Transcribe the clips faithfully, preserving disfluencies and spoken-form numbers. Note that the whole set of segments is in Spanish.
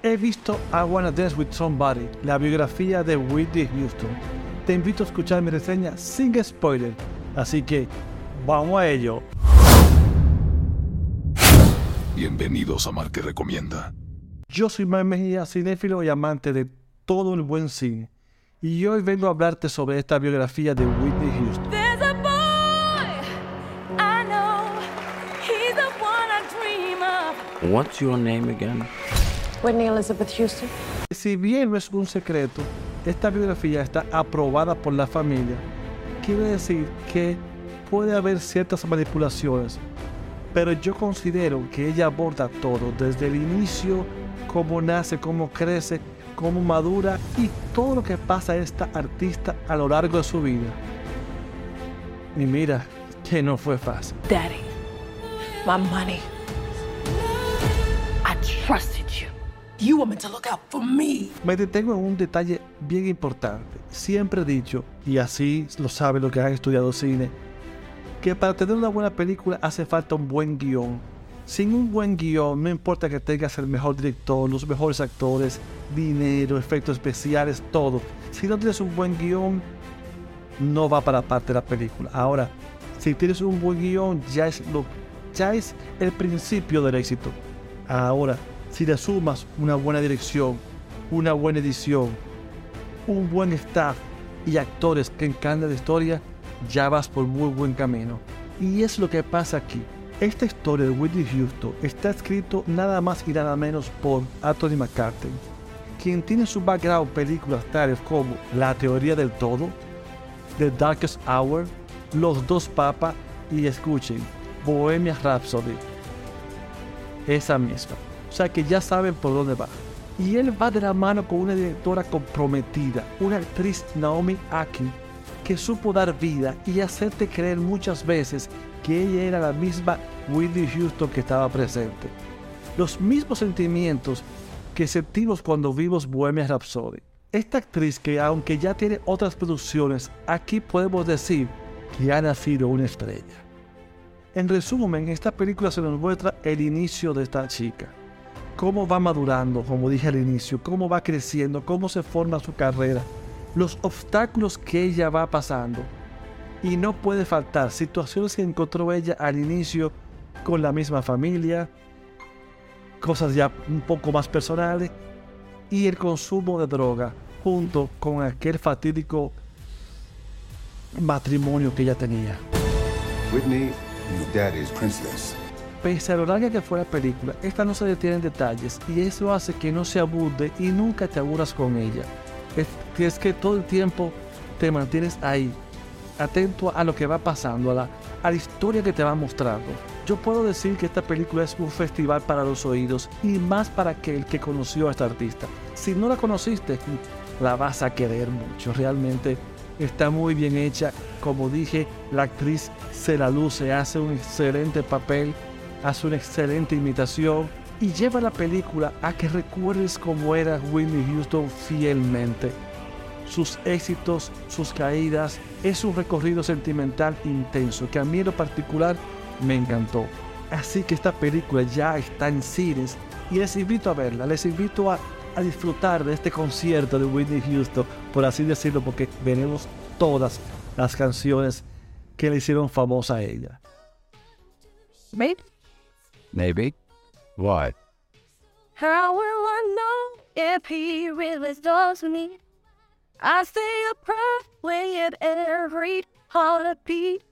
He visto I Wanna Dance With Somebody, la biografía de Whitney Houston. Te invito a escuchar mi reseña sin spoiler, así que vamos a ello. Bienvenidos a Marque Recomienda. Yo soy Mar Mejía, cinéfilo y amante de todo el buen cine, y hoy vengo a hablarte sobre esta biografía de Whitney Houston. There's a boy I know, he's the one I dream of. What's your name again? Whitney Elizabeth Houston. Si bien no es un secreto, esta biografía está aprobada por la familia. Quiere decir que puede haber ciertas manipulaciones, pero yo considero que ella aborda todo, desde el inicio, cómo nace, cómo crece, cómo madura y todo lo que pasa a esta artista a lo largo de su vida. Y mira, que no fue fácil. Daddy, my money. I trusted you. You were meant to look out for me. Me detengo en un detalle bien importante. Siempre he dicho, y así lo saben los que han estudiado cine, que para tener una buena película hace falta un buen guión. Sin un buen guión, no importa que tengas el mejor director, los mejores actores, dinero, efectos especiales, todo. Si no tienes un buen guión, no va para parte de la película. Ahora, si tienes un buen guión, ya es, lo, ya es el principio del éxito. Ahora, si le sumas una buena dirección, una buena edición, un buen staff y actores que encantan la historia, ya vas por muy buen camino. Y es lo que pasa aquí. Esta historia de Whitney Houston está escrito nada más y nada menos por Anthony McCarten, quien tiene su background películas tales como La teoría del todo, The Darkest Hour, Los dos papas y escuchen, Bohemian Rhapsody. Esa misma. O sea que ya saben por dónde va. Y él va de la mano con una directora comprometida, una actriz, Naomi Ackie, que supo dar vida y hacerte creer muchas veces que ella era la misma Whitney Houston que estaba presente. Los mismos sentimientos que sentimos cuando vimos Bohemian Rhapsody. Esta actriz que, aunque ya tiene otras producciones, aquí podemos decir que ha nacido una estrella. En resumen, en esta película se nos muestra el inicio de esta chica. Cómo va madurando, como dije al inicio, cómo va creciendo, cómo se forma su carrera, los obstáculos que ella va pasando. Y no puede faltar situaciones que encontró ella al inicio con la misma familia, cosas ya un poco más personales, y el consumo de droga, junto con aquel fatídico matrimonio que ella tenía. Whitney, your daddy's princess. Pese a lo larga que fue la película, esta no se detiene en detalles y eso hace que no se abunde y nunca te aburras con ella. Es que, es que todo el tiempo te mantienes ahí, atento a lo que va pasando, a la, a la historia que te va mostrando. Yo puedo decir que esta película es un festival para los oídos y más para aquel que conoció a esta artista. Si no la conociste, la vas a querer mucho. Realmente está muy bien hecha. Como dije, la actriz se la luce, hace un excelente papel, hace una excelente imitación y lleva la película a que recuerdes cómo era Whitney Houston fielmente. Sus éxitos, sus caídas, es un recorrido sentimental intenso que a mí en lo particular me encantó. Así que esta película ya está en cines y les invito a verla, les invito a, a disfrutar de este concierto de Whitney Houston, por así decirlo, porque veremos todas las canciones que le hicieron famosa a ella. Maybe. Maybe. What? How will I know if he really loves me? I say a prayer with every heartbeat.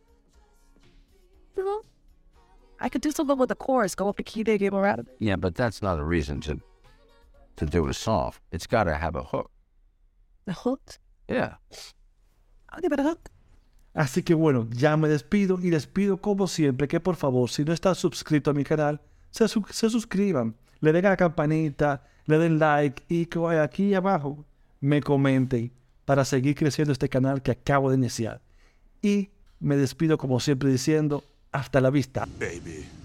I could do something with the chorus. Go up the key, they get more out of it. Yeah, but that's not a reason to to do a song. It's got to have a hook. The hook? Yeah. I'll give it a hook. Así que bueno, ya me despido y les pido como siempre que por favor, si no están suscritos a mi canal, se, su- se suscriban, le den a la campanita, le den like y que aquí abajo me comenten para seguir creciendo este canal que acabo de iniciar. Y me despido como siempre diciendo, hasta la vista. Baby.